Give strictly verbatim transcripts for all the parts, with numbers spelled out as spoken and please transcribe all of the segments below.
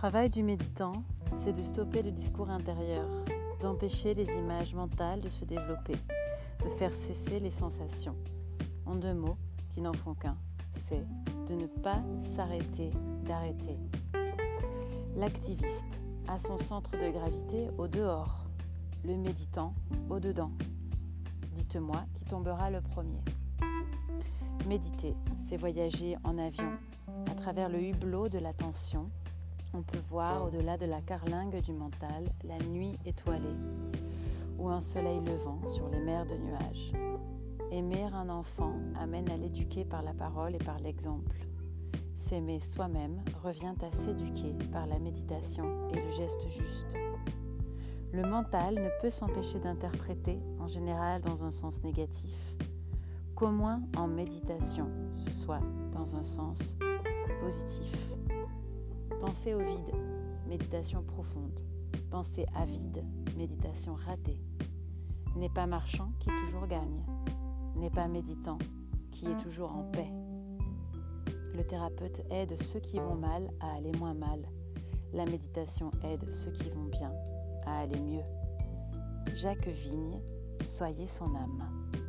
travail du méditant, c'est de stopper le discours intérieur, d'empêcher les images mentales de se développer, de faire cesser les sensations. En deux mots, qui n'en font qu'un, c'est de ne pas s'arrêter d'arrêter. L'activiste a son centre de gravité au dehors, le méditant au dedans. Dites-moi qui tombera le premier. Méditer, c'est voyager en avion. À travers le hublot de l'attention, on peut voir au-delà de la carlingue du mental la nuit étoilée ou un soleil levant sur les mers de nuages. Aimer un enfant amène à l'éduquer par la parole et par l'exemple. S'aimer soi-même revient à s'éduquer par la méditation et le geste juste. Le mental ne peut s'empêcher d'interpréter, en général dans un sens négatif, qu'au moins en méditation, ce soit dans un sens positif. Pensée au vide, méditation profonde. Pensée à vide, méditation ratée. N'est pas marchand qui toujours gagne. N'est pas méditant qui est toujours en paix. Le thérapeute aide ceux qui vont mal à aller moins mal. La méditation aide ceux qui vont bien à aller mieux. Jacques Vigne, soyez son âme.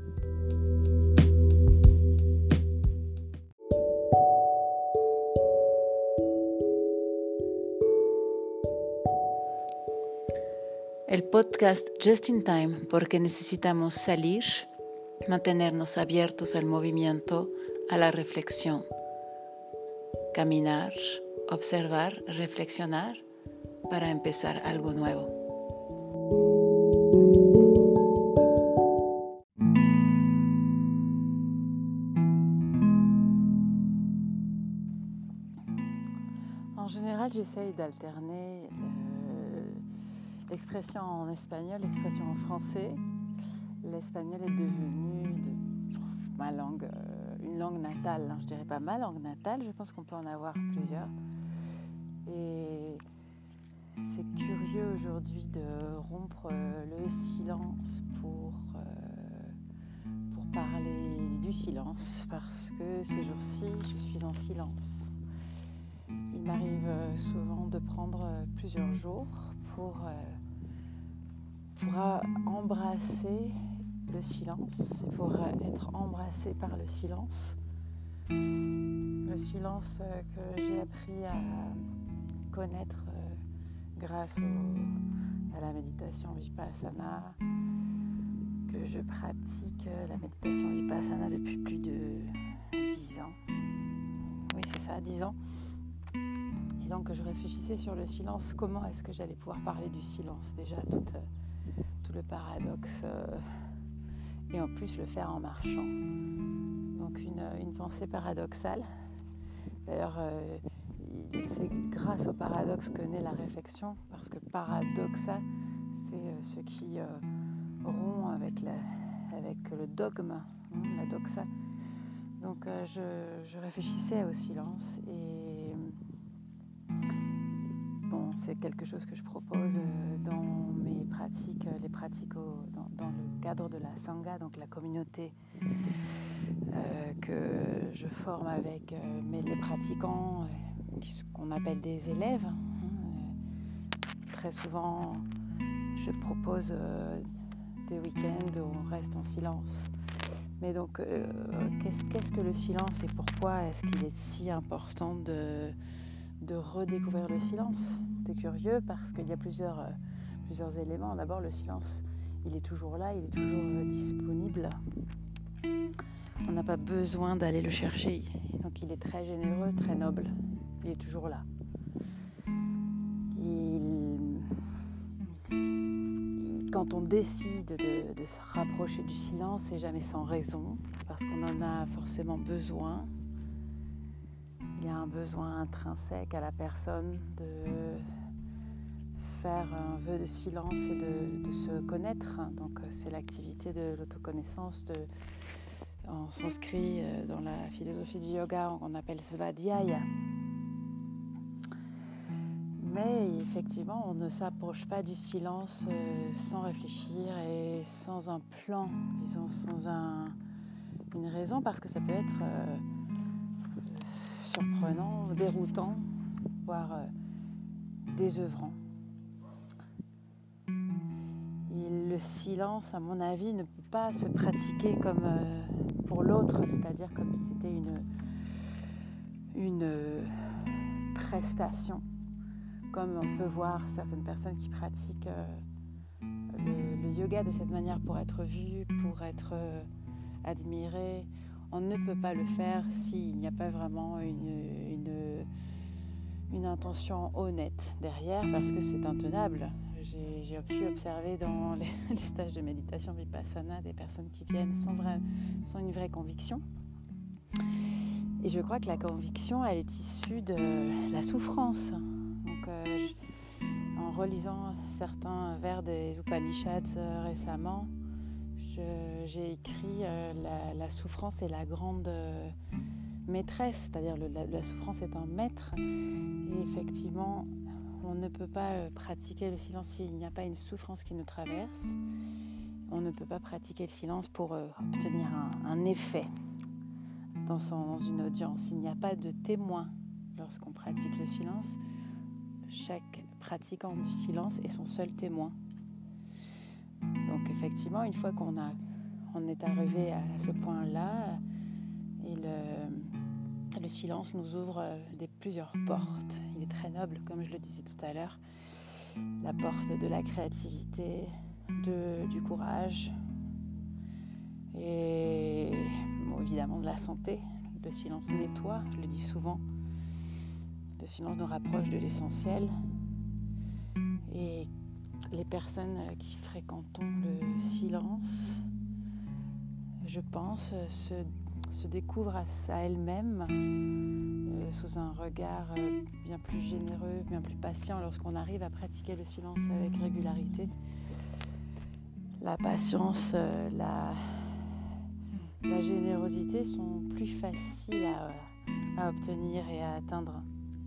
El podcast Just in Time, porque necesitamos salir, mantenernos abiertos al movimiento, a la reflexión. Caminar, observar, reflexionar para empezar algo nuevo. En général, j'essaye d'alterner euh, l'expression en espagnol, l'expression en français. L'espagnol est devenu de, ma langue, euh, une langue natale. Je ne dirais pas ma langue natale, je pense qu'on peut en avoir plusieurs. Et c'est curieux aujourd'hui de rompre le silence pour, euh, pour parler du silence, parce que ces jours-ci, je suis en silence. Il m'arrive souvent de prendre plusieurs jours pour, pour embrasser le silence, pour être embrassé par le silence. Le silence que j'ai appris à connaître grâce au, à la méditation Vipassana, que je pratique la méditation Vipassana depuis plus de dix ans. Oui, c'est ça, dix ans. Et donc je réfléchissais sur le silence, comment est-ce que j'allais pouvoir parler du silence, déjà tout, euh, tout le paradoxe, euh, et en plus le faire en marchant. Donc une, une pensée paradoxale. D'ailleurs, euh, c'est grâce au paradoxe que naît la réflexion, parce que paradoxa, c'est euh, ce qui euh, rompt avec, la, avec le dogme, hein, la doxa. Donc euh, je, je réfléchissais au silence et bon, c'est quelque chose que je propose dans mes pratiques, les pratiques au, dans, dans le cadre de la Sangha, donc la communauté euh, que je forme avec euh, mes, les pratiquants, euh, qu'on appelle des élèves. Hein. Très souvent, je propose euh, des week-ends où on reste en silence. Mais donc, euh, qu'est-ce, qu'est-ce que le silence et pourquoi est-ce qu'il est si important de, de redécouvrir le silence ? C'est curieux parce qu'il y a plusieurs, euh, plusieurs éléments. D'abord, le silence, il est toujours là, il est toujours euh, disponible. On n'a pas besoin d'aller le chercher. Donc, il est très généreux, très noble. Il est toujours là. Il... Quand on décide de, de se rapprocher du silence, c'est jamais sans raison, parce qu'on en a forcément besoin. Il y a un besoin intrinsèque à la personne de faire un vœu de silence et de, de se connaître. Donc c'est l'activité de l'autoconnaissance. De, en sanskrit, dans la philosophie du yoga, on appelle svadhyaya. Mais effectivement, on ne s'approche pas du silence euh, sans réfléchir et sans un plan, disons, sans un, une raison, parce que ça peut être euh, surprenant, déroutant, voire euh, désœuvrant. Et le silence, à mon avis, ne peut pas se pratiquer comme euh, pour l'autre, c'est-à-dire comme si c'était une, une euh, prestation, comme on peut voir certaines personnes qui pratiquent euh, le, le yoga de cette manière pour être vu, pour être euh, admiré. On ne peut pas le faire s'il n'y a pas vraiment une, une, une intention honnête derrière, parce que c'est intenable. J'ai, j'ai pu observer dans les, les stages de méditation Vipassana des personnes qui viennent sans, vrai, sans une vraie conviction. Et je crois que la conviction, elle est issue de la souffrance. Donc, euh, en relisant certains vers des Upanishads euh, récemment, je, j'ai écrit euh, la, la souffrance est la grande euh, maîtresse, c'est-à-dire le, la, la souffrance est un maître. Et effectivement, on ne peut pas euh, pratiquer le silence s'il n'y a pas une souffrance qui nous traverse. On ne peut pas pratiquer le silence pour euh, obtenir un, un effet dans, son, dans une audience. Il n'y a pas de témoin lorsqu'on pratique le silence. Chaque pratiquant du silence est son seul témoin. Donc effectivement, une fois qu'on a, on est arrivé à ce point-là, et le, le silence nous ouvre des, plusieurs portes. Il est très noble, comme je le disais tout à l'heure. La porte de la créativité, de, du courage et bon, évidemment de la santé. Le silence nettoie, je le dis souvent. Le silence nous rapproche de l'essentiel. Et les personnes qui fréquentent le silence, je pense, se, se découvrent à, à elles-mêmes euh, sous un regard euh, bien plus généreux, bien plus patient lorsqu'on arrive à pratiquer le silence avec régularité. La patience, euh, la, la générosité sont plus faciles à, à obtenir et à atteindre.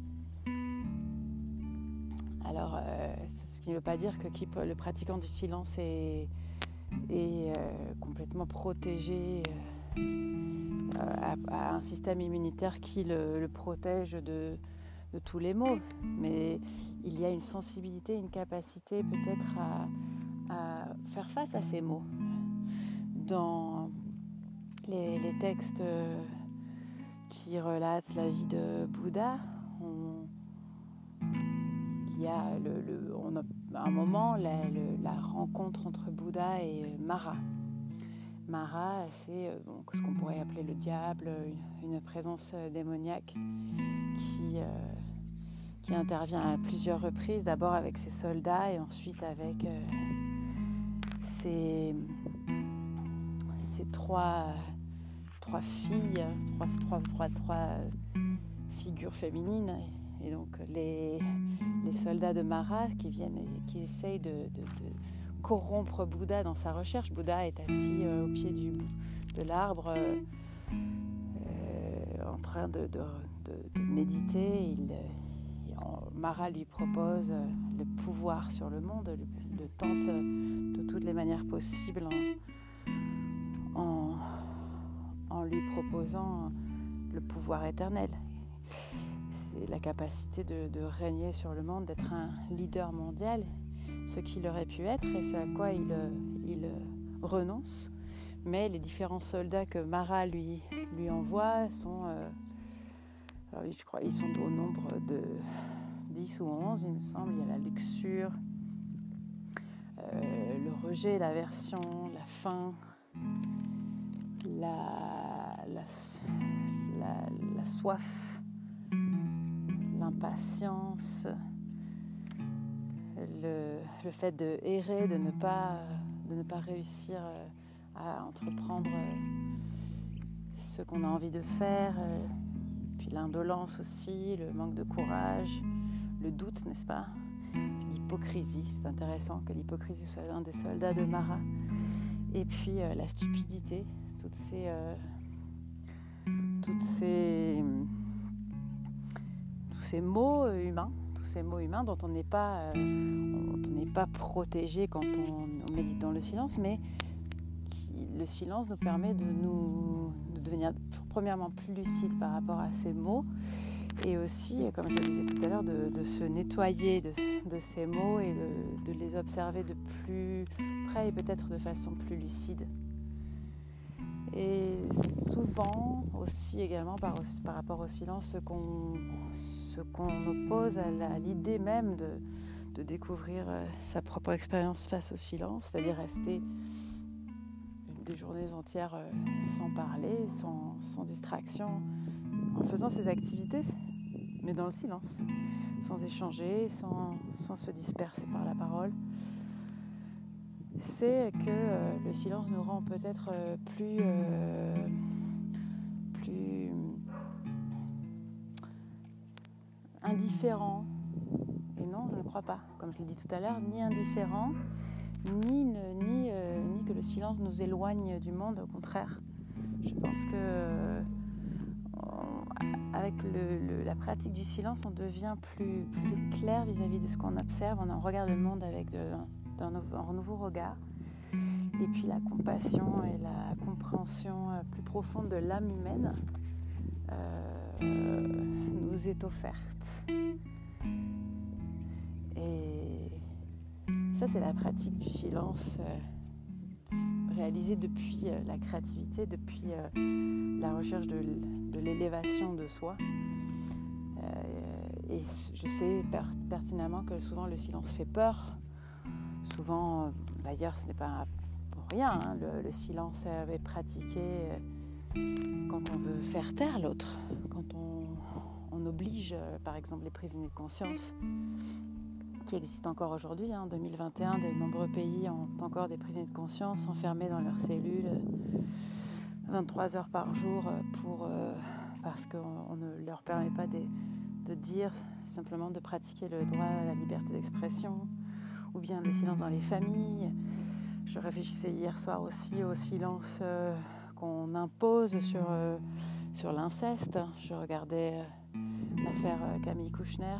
Alors, euh, ce qui ne veut pas dire que qui, le pratiquant du silence est, est euh, complètement protégé, euh, a, a un système immunitaire qui le, le protège de, de tous les maux. Mais il y a une sensibilité, une capacité peut-être à, à faire face à ces maux. Dans les, les textes qui relatent la vie de Bouddha, on Il y a, le, le, on a à un moment la, le, la rencontre entre Bouddha et Mara. Mara, c'est bon, ce qu'on pourrait appeler le diable, une, une présence démoniaque qui, euh, qui intervient à plusieurs reprises, d'abord avec ses soldats et ensuite avec euh, ses, ses trois, trois filles, trois, trois, trois, trois figures féminines. Et donc les, les soldats de Mara qui viennent et qui essayent de, de, de corrompre Bouddha dans sa recherche. Bouddha est assis euh, au pied du, de l'arbre euh, euh, en train de, de, de, de méditer. Il, il, Mara lui propose le pouvoir sur le monde, le, le tente de toutes les manières possibles en, en, en lui proposant le pouvoir éternel. C'est la capacité de, de régner sur le monde, d'être un leader mondial, ce qu'il aurait pu être et ce à quoi il, il renonce. Mais les différents soldats que Mara lui, lui envoie sont, euh, alors je crois, ils sont au nombre de dix ou onze, il me semble. Il y a la luxure, euh, le rejet, l'aversion, la faim, la, la, la, la soif, l'impatience, le, le fait de errer, de ne pas, de ne pas réussir à entreprendre ce qu'on a envie de faire, puis l'indolence aussi, le manque de courage, le doute, n'est-ce pas? Puis l'hypocrisie, c'est intéressant que l'hypocrisie soit un des soldats de Mara. Et puis euh, la stupidité, toutes ces, euh, toutes ces, tous ces mots humains, tous ces mots humains dont on n'est pas, euh, dont on n'est pas protégé quand on, on médite dans le silence, mais qui, le silence nous permet de nous de devenir premièrement plus lucide par rapport à ces mots, Et aussi, comme je le disais tout à l'heure, de, de se nettoyer de, de ces mots et de, de les observer de plus près et peut-être de façon plus lucide. Et souvent aussi également par, par rapport au silence, ce qu'on, ce qu'on oppose à, la, à l'idée même de, de découvrir sa propre expérience face au silence, c'est-à-dire rester des journées entières sans parler, sans, sans distraction, en faisant ces activités, mais dans le silence, sans échanger, sans, sans se disperser par la parole. C'est que euh, le silence nous rend peut-être euh, plus, euh, plus indifférents. Et non, je ne crois pas, comme je l'ai dit tout à l'heure, ni indifférents, ni, ni, euh, ni que le silence nous éloigne du monde, au contraire. Je pense que euh, on, avec le, le, la pratique du silence, on devient plus, plus clair vis-à-vis de ce qu'on observe, on en regarde le monde avec de, d'un un nouveau regard. Et puis la compassion et la compréhension plus profonde de l'âme humaine euh, nous est offerte. Et ça, c'est la pratique du silence euh, réalisée depuis euh, la créativité, depuis euh, la recherche de, de l'élévation de soi. Euh, et je sais per- pertinemment que souvent le silence fait peur. Souvent, d'ailleurs, ce n'est pas pour rien, hein, le, le silence est pratiqué quand on veut faire taire l'autre, quand on, on oblige, par exemple, les prisonniers de conscience, qui existent encore aujourd'hui, hein, en deux mille vingt et un, de nombreux pays ont encore des prisonniers de conscience enfermés dans leurs cellules vingt-trois heures par jour pour, euh, parce qu'on on ne leur permet pas de, de dire, simplement de pratiquer le droit à la liberté d'expression, ou bien le silence dans les familles. Je réfléchissais hier soir aussi au silence euh, qu'on impose sur, euh, sur l'inceste. Je regardais euh, l'affaire euh, Camille Kouchner.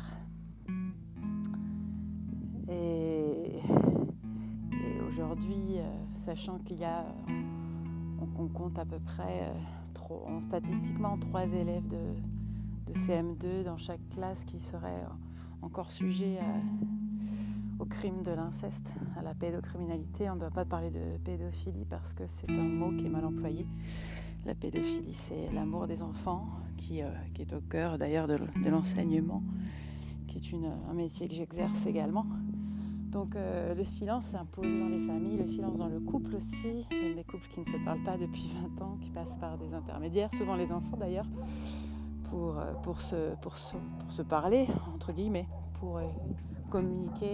Et, et aujourd'hui, euh, sachant qu'il y a, on, on compte à peu près, euh, trop, en, statistiquement, trois élèves de, de C M deux dans chaque classe qui seraient encore sujets à au crime de l'inceste, à la pédocriminalité. On ne doit pas parler de pédophilie parce que c'est un mot qui est mal employé. La pédophilie, c'est l'amour des enfants qui, euh, qui est au cœur d'ailleurs de, de l'enseignement, qui est une, un métier que j'exerce également. Donc euh, le silence est imposé dans les familles, le silence dans le couple aussi, même des couples qui ne se parlent pas depuis vingt ans, qui passent par des intermédiaires, souvent les enfants d'ailleurs, pour, pour, se, pour, se, pour se parler, entre guillemets, pour euh, communiquer.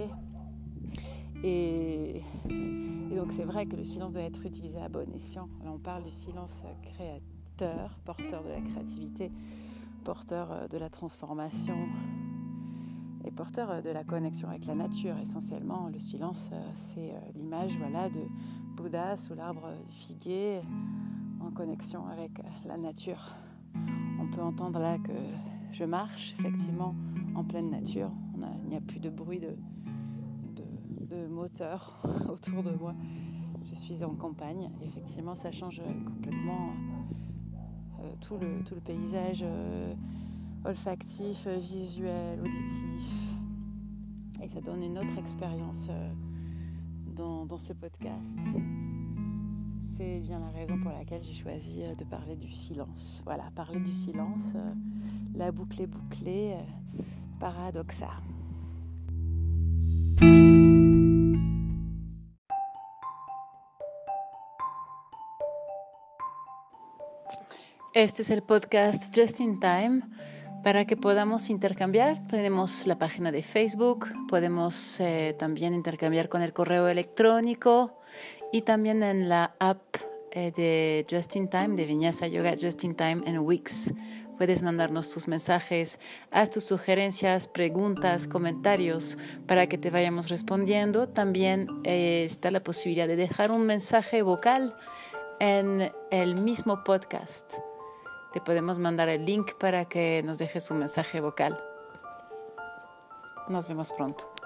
Et, et donc c'est vrai que le silence doit être utilisé à bon escient. Là, on parle du silence créateur, porteur de la créativité, porteur de la transformation et porteur de la connexion avec la nature. Essentiellement, le silence, c'est l'image voilà, de Bouddha sous l'arbre figuier en connexion avec la nature. On peut entendre là que je marche effectivement en pleine nature. On a, il n'y a plus de bruit de de moteur autour de moi. Je suis en campagne. Effectivement, ça change complètement euh, tout, le, tout le paysage euh, olfactif, visuel, auditif. Et ça donne une autre expérience euh, dans, dans ce podcast. C'est bien la raison pour laquelle j'ai choisi euh, de parler du silence. Voilà, parler du silence, euh, la boucle est bouclée, euh, paradoxa. Este es el podcast Just in Time para que podamos intercambiar. Tenemos la página de Facebook, podemos eh, también intercambiar con el correo electrónico y también en la app eh, de Just in Time, de Vinyasa Yoga Just in Time en Wix. Puedes mandarnos tus mensajes, haz tus sugerencias, preguntas, comentarios para que te vayamos respondiendo. También eh, está la posibilidad de dejar un mensaje vocal en el mismo podcast. Te podemos mandar el link para que nos dejes un mensaje vocal. Nos vemos pronto.